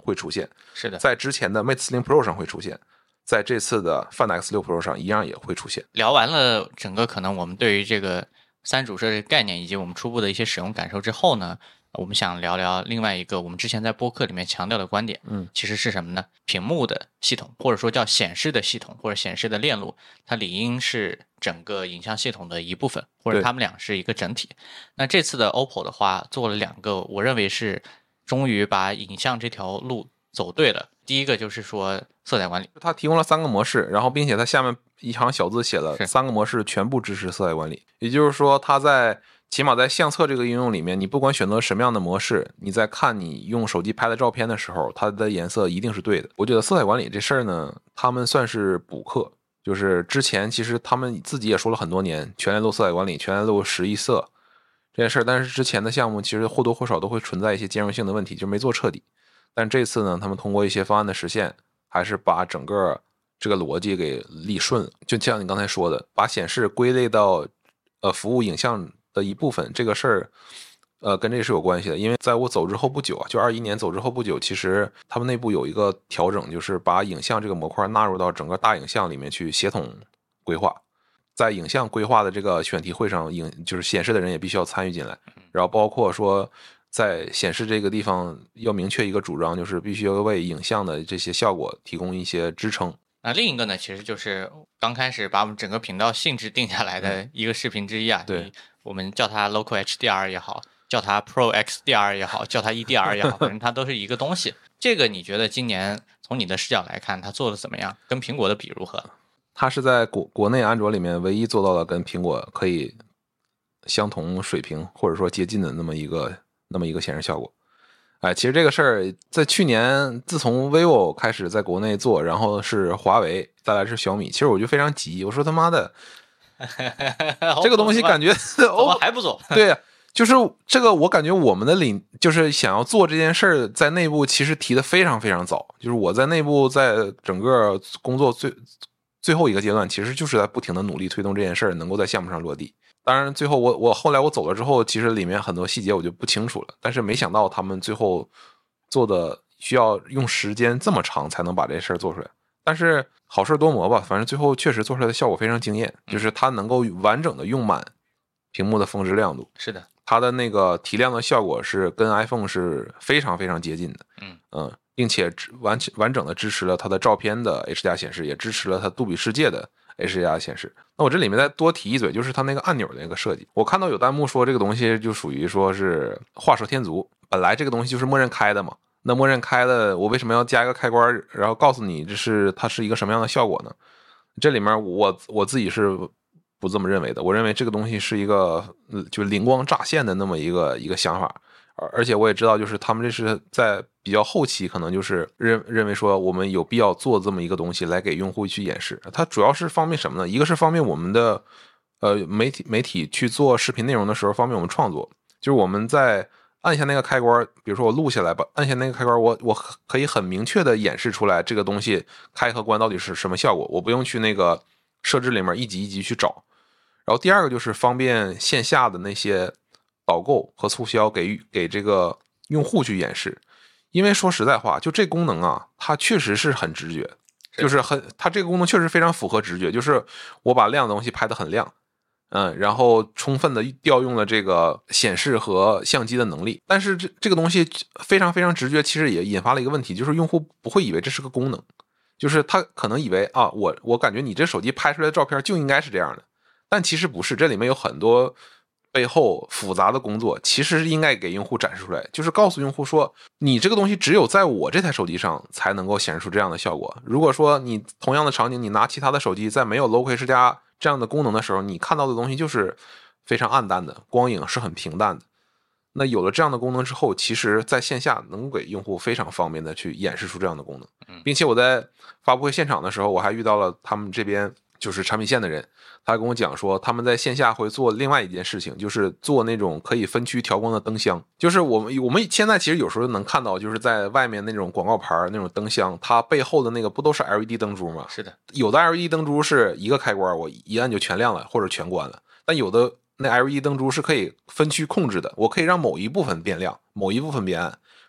会出现， 是的， 在之前的 Mate 40 Pro 上会出现，在这次的 Find X6 Pro 上一样也会出现。 聊完了整个可能我们对于这个3主摄这个概念以及我们初步的一些使用感受之后呢，我们想聊聊另外一个我们之前在播客里面强调的观点，其实是什么呢？屏幕的系统，或者说叫显示的系统，或者显示的链路，它理应是整个影像系统的一部分，或者它们俩是一个整体。那这次的 OPPO 的话，做了2个，我认为是终于把影像这条路走对了。第一个就是说色彩管理， 它提供了3个模式，然后并且它下面一行小字写了3个模式全部支持色彩管理，也就是说它起码在相册这个应用里面，你不管选择什么样的模式，你在看你用手机拍的照片的时候，它的颜色一定是对的。我觉得色彩管理这事儿呢，他们算是补课，就是之前其实他们自己也说了很多年全链路色彩管理、全链路11色这件事儿，但是之前的项目其实或多或少都会存在一些兼容性的问题，就没做彻底。但这次呢，他们通过一些方案的实现，还是把整个这个逻辑给理顺了。就像你刚才说的，把显示归类到服务影像的一部分，这个事儿跟这是有关系的。因为在我走之后不久啊，就21年走之后不久，其实他们内部有一个调整，就是把影像这个模块纳入到整个大影像里面去协同规划。在影像规划的这个选题会上，就是显示的人也必须要参与进来，然后包括说在显示这个地方要明确一个主张，就是必须要为影像的这些效果提供一些支撑。 那另一个呢，其实就是刚开始把我们整个频道性质定下来的一个视频之一啊。 对， 我们叫它 Local HDR 也好，叫它 Pro XDR 也好，叫它 EDR 也好，反正它都是一个东西。这个你觉得今年从你的视角来看，它做的怎么样？跟苹果的比如何？ 它是在国内安卓里面唯一做到了跟苹果可以相同水平或者说接近的那么一个显示效果。其实这个事儿在去年自从 vivo 开始在国内做，然后是华为，再来是小米，其实我就非常急，我说他妈的这个东西感觉怎么还不做？ 对呀，就是这个我感觉我们的就是想要做这件事儿，在内部其实提的非常非常早，就是我在内部在整个工作最后一个阶段，其实就是在不停的努力推动这件事儿能够在项目上落地。当然最后我后来我走了之后，其实里面很多细节我就不清楚了，但是没想到他们最后做的需要用时间这么长才能把这事儿做出来。但是好事多磨吧，反正最后确实做出来的效果非常惊艳，就是它能够完整的用满屏幕的峰值亮度。 是的， 它的那个提亮的效果是跟 iPhone 是非常非常接近的。并且完整的支持了它的照片的 HDR 显示，也支持了它杜比世界的 HDR 显示。那我这里面再多提一嘴，就是它那个按钮的那个设计，我看到有弹幕说这个东西就属于说是画蛇添足，本来这个东西就是默认开的嘛，那默认开的我为什么要加一个开关，然后告诉你它是一个什么样的效果呢？这里面我自己是不这么认为的，我认为这个东西是一个就灵光乍现的那么一个想法。而且我也知道，就是他们这是在比较后期，可能就是认为说我们有必要做这么一个东西来给用户去演示。它主要是方便什么呢？一个是方便我们的媒体去做视频内容的时候方便我们创作，就是我们在按下那个开关，比如说我录下来吧，按下那个开关，我可以很明确的演示出来这个东西开和关到底是什么效果，我不用去那个设置里面一级一级去找。然后第二个就是方便线下的那些导购和促销给这个用户去演示，因为说实在话，就这功能啊，它确实是很直觉，就是它这个功能确实非常符合直觉，就是我把亮的东西拍得很亮，然后充分的调用了这个显示和相机的能力，但是这个东西非常非常直觉，其实也引发了一个问题，就是用户不会以为这是个功能，就是他可能以为啊，我感觉你这手机拍出来的照片就应该是这样的，但其实不是，这里面有很多背后复杂的工作，其实应该给用户展示出来，就是告诉用户说，你这个东西只有在我这台手机上才能够显示出这样的效果。如果说你同样的场景，你拿其他的手机，在没有 Local HDR 这样的功能的时候，你看到的东西就是非常暗淡的，光影是很平淡的。那有了这样的功能之后，其实在线下能给用户非常方便的去演示出这样的功能，并且我在发布会现场的时候，我还遇到了他们这边就是产品线的人，他跟我讲说，他们在线下会做另外一件事情，就是做那种可以分区调光的灯箱。就是我们现在其实有时候能看到，就是在外面那种广告牌那种灯箱，它背后的那个不都是 LED 灯珠吗？ 是的， 有的 LED 灯珠是一个开关，我一按就全亮了或者全关了，但有的那 LED 灯珠是可以分区控制的，我可以让某一部分变亮，某一部分变暗，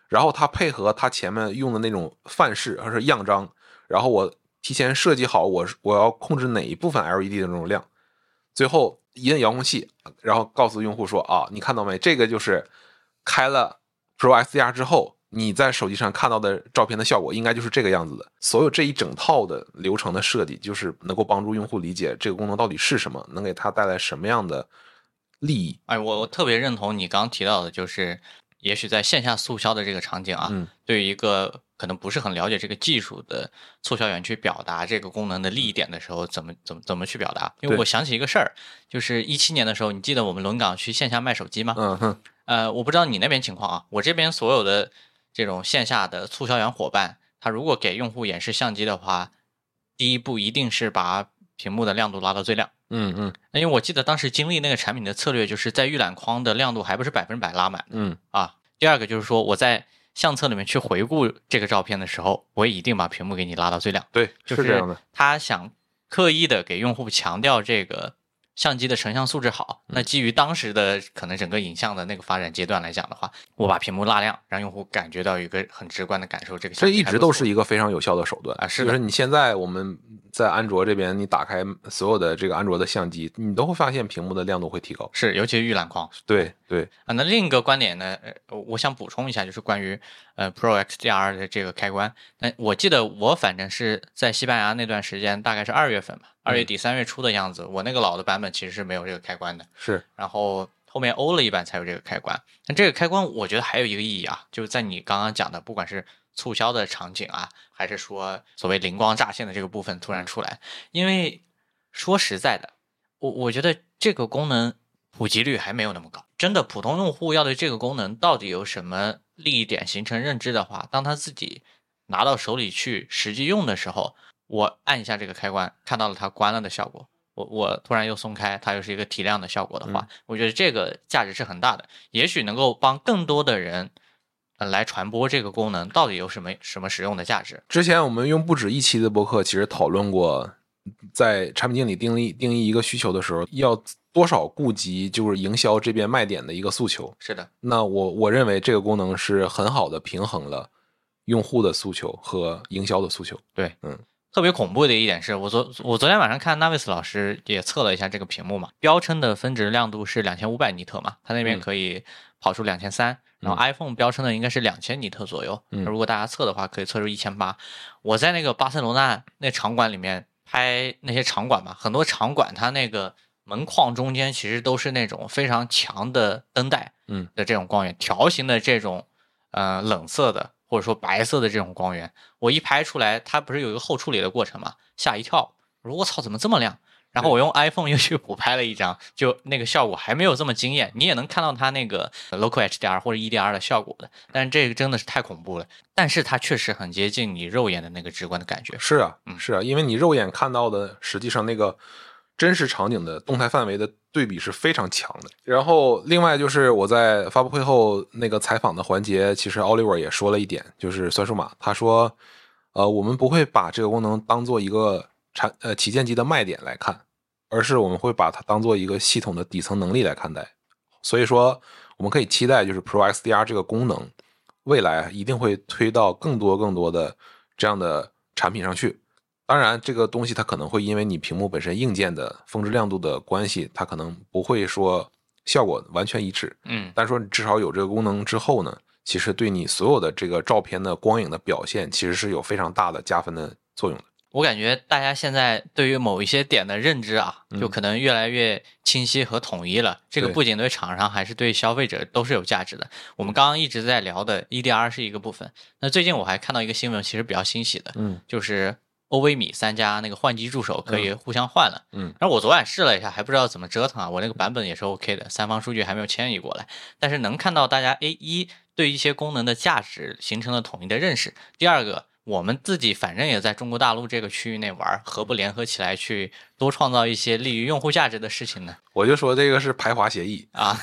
然后它配合它前面用的那种范式还是样张，然后我提前设计好我要控制哪一部分 LED 的那种亮，最后一摁遥控器，然后告诉用户说啊，你看到没？这个就是开了 Pro XDR 之后，你在手机上看到的照片的效果应该就是这个样子的。所有这一整套的流程的设计，就是能够帮助用户理解这个功能到底是什么，能给它带来什么样的利益。 哎，我特别认同你刚刚提到的，就是也许在线下促销的这个场景啊，对于一个可能不是很了解这个技术的促销员去表达这个功能的利益点的时候，怎么去表达？因为我想起一个事儿，就是17年的时候，你记得我们轮岗去线下卖手机吗？我不知道你那边情况啊，我这边所有的这种线下的促销员伙伴，他如果给用户演示相机的话，第一步一定是把屏幕的亮度拉到最亮。因为我记得当时经历那个产品的策略，就是在预览框的亮度还不是100%拉满。第二个就是说我在相册里面去回顾这个照片的时候，我也一定把屏幕给你拉到最亮。 对， 就是这样的。 他想刻意的给用户强调这个相机的成像素质好，那基于当时的可能整个影像的那个发展阶段来讲的话，我把屏幕拉亮，让用户感觉到一个很直观的感受，这个相机这一直都是一个非常有效的手段啊。是的，就是你现在我们在安卓这边，你打开所有的这个安卓的相机，你都会发现屏幕的亮度会提高， 是，尤其是预览框。 对啊。那另一个观点呢，我想补充一下，就是关于Pro XDR 的这个开关。那我记得我反正是在西班牙那段时间，大概是2月份吧，2月底3月初的样子，我那个老的版本其实是没有这个开关的， 是， 然后后面欧了一版才有这个开关。那这个开关我觉得还有一个意义啊，就是在你刚刚讲的，不管是促销的场景啊，还是说所谓灵光乍现的这个部分突然出来，因为说实在的，我觉得这个功能普及率还没有那么高。真的普通用户要对这个功能到底有什么利益点形成认知的话，当他自己拿到手里去实际用的时候，我按一下这个开关，看到了它关了的效果，我突然又松开，它又是一个提亮的效果的话，我觉得这个价值是很大的，也许能够帮更多的人来传播这个功能到底有什么实用的价值。 之前我们用不止一期的播客其实讨论过，在产品经理定义一个需求的时候，要多少顾及就是营销这边卖点的一个诉求。 是的， 那我认为这个功能是很好的平衡了用户的诉求和营销的诉求。 对，特别恐怖的一点是我昨天晚上看 Navis 老师也测了一下这个屏幕嘛，标称的分值亮度是2500尼特嘛，他那边可以跑出2300，然后 iPhone 标称的应该是2000尼特左右，如果大家测的话可以测出1800。我在那个巴塞罗那那场馆里面拍那些场馆嘛，很多场馆它那个门框中间其实都是那种非常强的灯带的这种光源，条形的这种冷色的或者说白色的这种光源，我一拍出来，它不是有一个后处理的过程嘛，吓一跳，我说我操怎么这么亮，然后我用 iPhone 又去补拍了一张，就那个效果还没有这么惊艳，你也能看到它那个 Local HDR 或者 EDR 的效果的，但是这个真的是太恐怖了，但是它确实很接近你肉眼的那个直观的感觉。 是啊，是啊，因为你肉眼看到的实际上那个真实场景的动态范围的对比是非常强的。然后另外就是我在发布会后那个采访的环节，其实 Oliver 也说了一点，就是酸数码，他说我们不会把这个功能当做一个旗舰机的卖点来看，而是我们会把它当做一个系统的底层能力来看待。所以说我们可以期待就是 Pro XDR 这个功能未来一定会推到更多的这样的产品上去。当然这个东西它可能会因为你屏幕本身硬件的峰值亮度的关系，它可能不会说效果完全一致，但说你至少有这个功能之后呢，其实对你所有的这个照片的光影的表现其实是有非常大的加分的作用的。 我感觉大家现在对于某一些点的认知啊，就可能越来越清晰和统一了，这个不仅对厂商还是对消费者都是有价值的。我们刚刚一直在聊的 EDR 是一个部分，那最近我还看到一个新闻，其实比较欣喜的，就是欧维米3家那个换机助手可以互相换了，然后我昨晚试了一下，还不知道怎么折腾啊，我那个版本也是 OK 的，三方数据还没有迁移过来，但是能看到大家一对一些功能的价值形成了统一的认识，第二个我们自己反正也在中国大陆这个区域内玩，何不联合起来去多创造一些利于用户价值的事情呢？ 我就说这个是排华协议啊，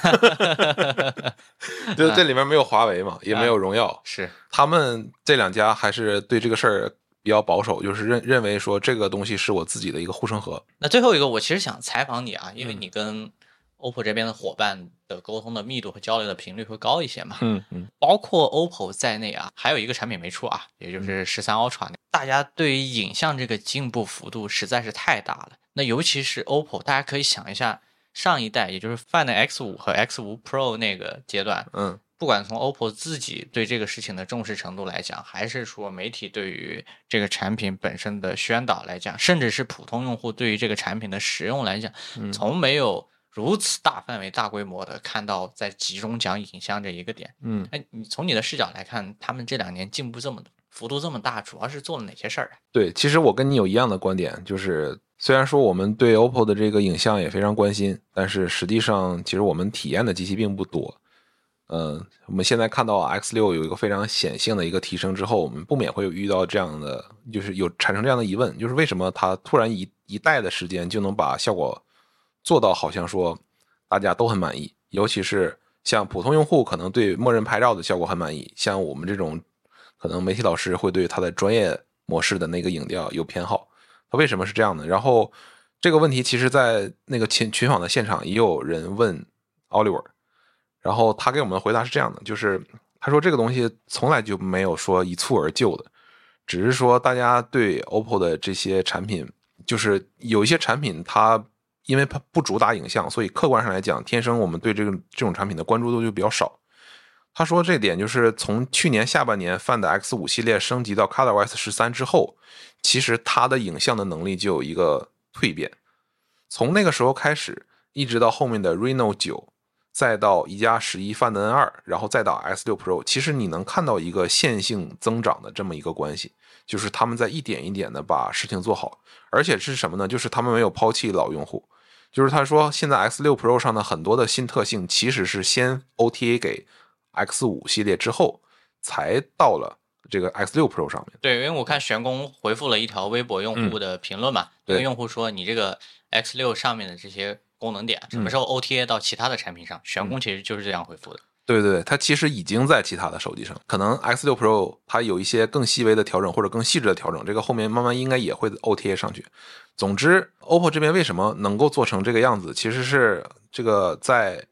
就这里面没有华为嘛，也没有荣耀， 是他们这两家还是对这个事儿比较保守，就是认为说这个东西是我自己的一个护城河。 那最后一个我其实想采访你啊，因为你跟 OPPO 这边的伙伴的沟通的密度和交流的频率会高一些嘛。 嗯， 包括 OPPO 在内啊，还有一个产品没出啊，也就是13 Ultra，大家对于影像这个进步幅度实在是太大了。那尤其是 OPPO， 大家可以想一下上一代，也就是 Find X5 和 X5 Pro 那个阶段，不管从 OPPO 自己对这个事情的重视程度来讲，还是说媒体对于这个产品本身的宣导来讲，甚至是普通用户对于这个产品的使用来讲，从没有如此大范围、大规模的看到在集中讲影像这一个点。你从你的视角来看，他们这2年进步这么幅度这么大，主要是做了哪些事儿啊？ 对，其实我跟你有一样的观点，就是虽然说我们对 OPPO 的这个影像也非常关心，但是实际上其实我们体验的机器并不多。我们现在看到 X6 有一个非常显性的一个提升之后，我们不免会有遇到这样的，就是产生这样的疑问，就是为什么它突然一代的时间就能把效果做到好像说大家都很满意，尤其是像普通用户可能对默认拍照的效果很满意，像我们这种可能媒体老师会对它的专业模式的那个影调有偏好，它为什么是这样的？然后这个问题其实在那个群访的现场也有人问 Oliver，然后他给我们的回答是这样的，就是他说这个东西从来就没有说一蹴而就的，只是说大家对 OPPO 的这些产品，就是有一些产品它因为它不主打影像，所以客观上来讲，天生我们对这种产品的关注度就比较少。他说这点就是从去年下半年 Find X5 系列升级到 ColorOS 13之后，其实它的影像的能力就有一个蜕变，从那个时候开始一直到后面的 Reno 9，再到一加11 Find N2，然后再到 S6 Pro， 其实你能看到一个线性增长的这么一个关系，就是他们在一点一点的把事情做好，而且是什么呢？就是他们没有抛弃老用户，就是他说现在 X6 Pro 上的很多的新特性其实是先 OTA 给 X5 系列之后才到了这个 X6 Pro 上面。 对，因为我看玄公回复了一条微博用户的评论嘛，那个用户说你这个 X6 上面的这些功能点什么时候 OTA 到其他的产品上？玄公其实就是这样回复的。 对，它其实已经在其他的手机上，可能 X6 Pro 它有一些更细微的调整或者更细致的调整，这个后面慢慢应该也会 OTA 上去。总之 OPPO 这边为什么能够做成这个样子，其实是这个在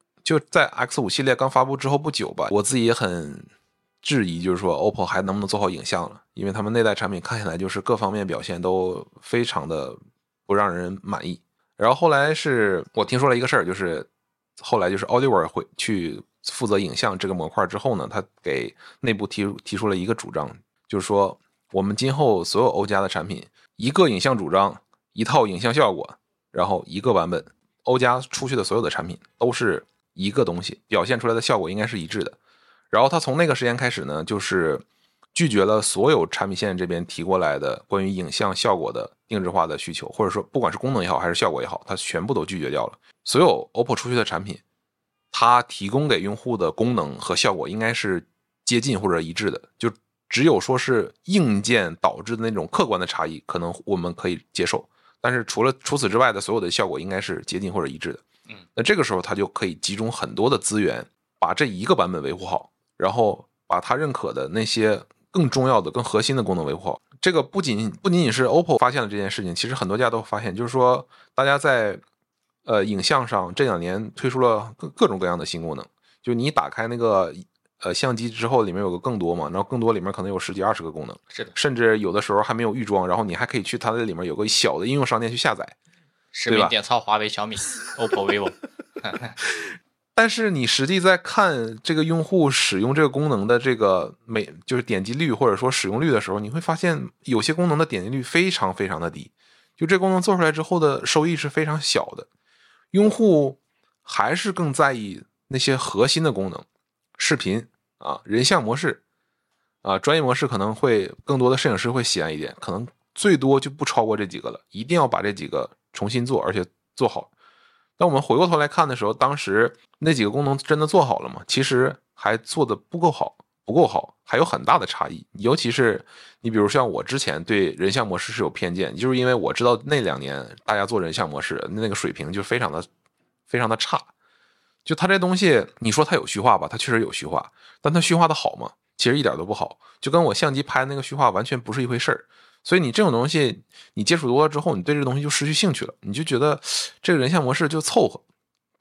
X5 系列刚发布之后不久吧，我自己也很质疑，就是说 OPPO 还能不能做好影像了，因为他们那代产品看起来就是各方面表现都非常的不让人满意。然后后来是我听说了一个事儿，就是后来就是 Oliver 会去负责影像这个模块之后呢，他给内部提出了一个主张，就是说我们今后所有欧家的产品，一个影像主张，一套影像效果，然后一个版本，欧家出去的所有的产品都是一个东西，表现出来的效果应该是一致的。然后他从那个时间开始呢，就是拒绝了所有产品线这边提过来的关于影像效果的定制化的需求，或者说不管是功能也好还是效果也好，他全部都拒绝掉了。所有 OPPO 出去的产品，它提供给用户的功能和效果应该是接近或者一致的，就只有说是硬件导致的那种客观的差异，可能我们可以接受，但是除此之外的所有的效果应该是接近或者一致的。那这个时候它就可以集中很多的资源，把这一个版本维护好，然后把它认可的那些更重要的、更核心的功能维护好。这个不仅仅是 OPPO 发现了这件事情，其实很多家都发现，就是说大家在影像上这2年推出了各种各样的新功能，就你打开那个相机之后，里面有个更多嘛，然后更多里面可能有10几20个功能， 是的， 甚至有的时候还没有预装，然后你还可以去它的里面有个小的应用商店去下载， 实名点操华为、小米、OPPO、vivo。 但是你实际在看这个用户使用这个功能的这个就是点击率或者说使用率的时候，你会发现有些功能的点击率非常非常的低，就这功能做出来之后的收益是非常小的。用户还是更在意那些核心的功能，视频啊、人像模式啊、专业模式可能会更多的摄影师会喜爱一点，可能最多就不超过这几个了，一定要把这几个重新做，而且做好。当我们回过头来看的时候，当时那几个功能真的做好了吗？其实还做的不够好，还有很大的差异。尤其是你比如像我之前对人像模式是有偏见，就是因为我知道那2年大家做人像模式那个水平就非常的差。就它这东西，你说它有虚化吧，它确实有虚化，但它虚化的好吗？其实一点都不好，就跟我相机拍那个虚化完全不是一回事儿。所以你这种东西你接触多了之后，你对这个东西就失去兴趣了，你就觉得这个人像模式就凑合，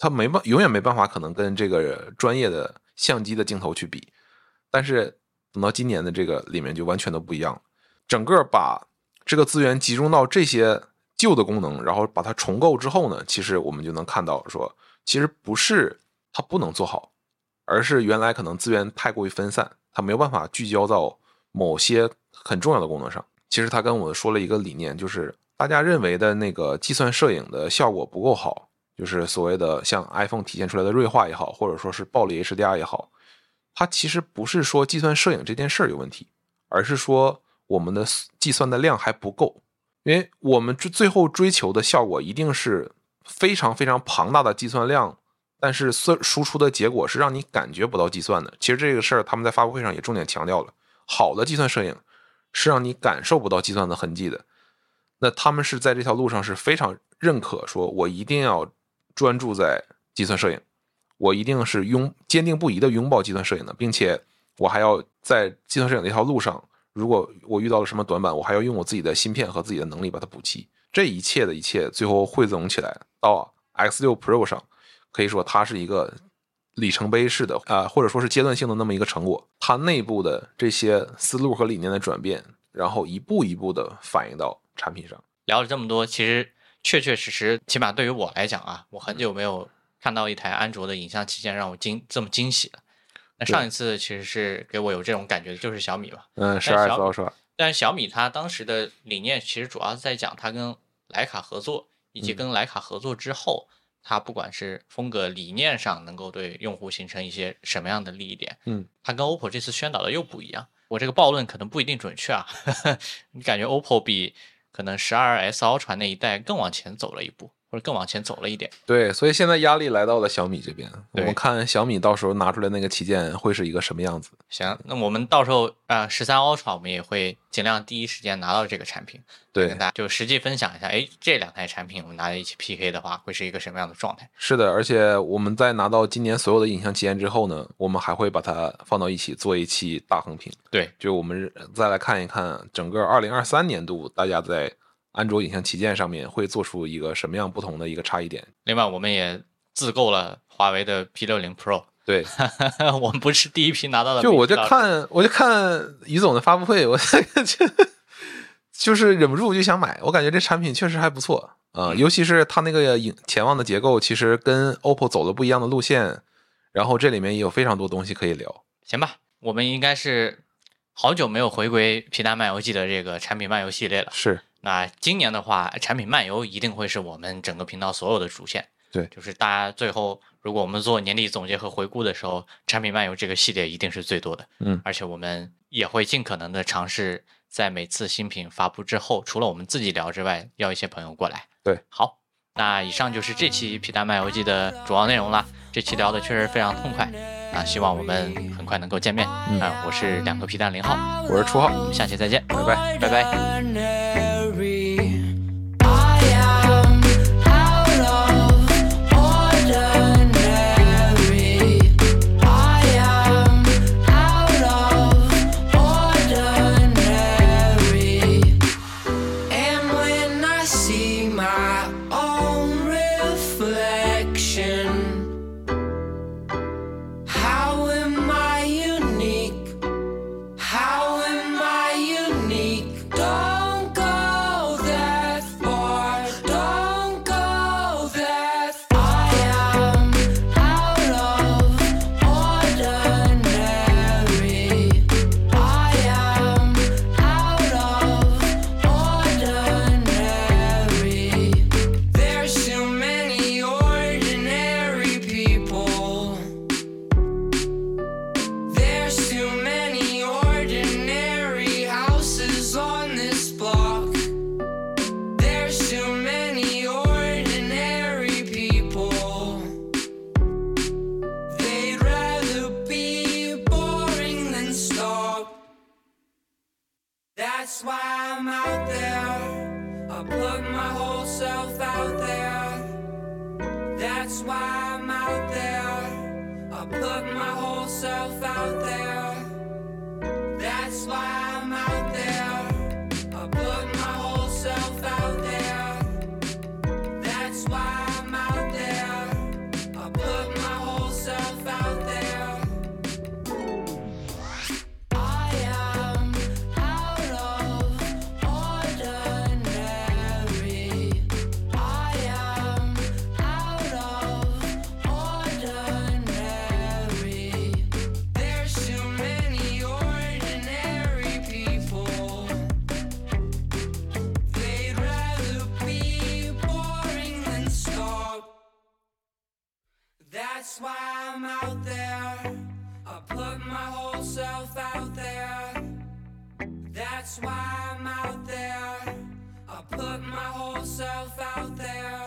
它永远没办法可能跟这个专业的相机的镜头去比。但是等到今年的这个里面就完全都不一样了，整个把这个资源集中到这些旧的功能，然后把它重构之后呢，其实我们就能看到说，其实不是它不能做好，而是原来可能资源太过于分散，它没有办法聚焦到某些很重要的功能上。其实他跟我说了一个理念，就是大家认为的那个计算摄影的效果不够好，就是所谓的像 iPhone 体现出来的锐化也好，或者说是暴力 HDR 也好，它其实不是说计算摄影这件事儿有问题，而是说我们的计算的量还不够。因为我们最后追求的效果一定是非常非常庞大的计算量，但是输出的结果是让你感觉不到计算的。其实这个事儿他们在发布会上也重点强调了，好的计算摄影是让你感受不到计算的痕迹的。那他们是在这条路上是非常认可，说我一定要专注在计算摄影，我一定是坚定不移的拥抱计算摄影的，并且我还要在计算摄影这条路上，如果我遇到了什么短板，我还要用我自己的芯片和自己的能力把它补齐。这一切的一切最后汇总起来到 X6 Pro 上，可以说它是一个里程碑式的或者说是阶段性的那么一个成果。它内部的这些思路和理念的转变，然后一步一步的反映到产品上。 聊了这么多，其实确确实实，起码对于我来讲啊，我很久没有看到一台安卓的影像旗舰让我这么惊喜了。那上一次其实是给我有这种感觉的就是小米吧 ，12S Ultra。 但是小米它当时的理念其实主要是在讲它跟徕卡合作，以及跟徕卡合作之后，它不管是风格理念上能够对用户形成一些什么样的利益点，它跟 OPPO 这次宣导的又不一样。我这个暴论可能不一定准确啊，你感觉 OPPO 比可能 12S Ultra 那一代更往前走了一步，或者更往前走了一点。 对，所以现在压力来到了小米这边，我们看小米到时候拿出来那个旗舰会是一个什么样子。 行，那我们到时候13 Ultra 我们也会尽量第一时间拿到这个产品， 对， 跟大家就实际分享一下，这两台产品我们拿在一起 PK 的话会是一个什么样的状态。 是的，而且我们在拿到今年所有的影像旗舰之后呢，我们还会把它放到一起做一期大横评。 对， 就我们再来看一看整个2023年度大家在安卓影像旗舰上面会做出一个什么样不同的一个差异点。 另外我们也自购了华为的 P60 Pro。 对， 我们不是第一批拿到的。 就我就看于总的发布会，我就是忍不住就想买。我感觉这产品确实还不错尤其是它那个潜望的结构，其实跟 OPPO 走了不一样的路线，然后这里面也有非常多东西可以聊。 行吧，我们应该是好久没有回归皮蛋漫游记的这个产品漫游系列了。 是。 那今年的话，产品漫游一定会是我们整个频道所有的主线。 对， 就是大家最后如果我们做年底总结和回顾的时候，产品漫游这个系列一定是最多的。而且我们也会尽可能的尝试在每次新品发布之后，除了我们自己聊之外，邀一些朋友过来。 对， 好，那以上就是这期皮蛋漫游记的主要内容了。这期聊的确实非常痛快希望我们很快能够见面。我是两个皮蛋0号， 我是初号， 我们下期再见， 拜拜， 拜拜。That's why I'm out there. I put my whole self out there. That's why I'm out there. I put my whole self out there. That's why I'm out there. I put my whole self out there. That's why I'm out there. That's why I'm out there. I put my whole self out there. That's why I'm out there. I put my whole self out there.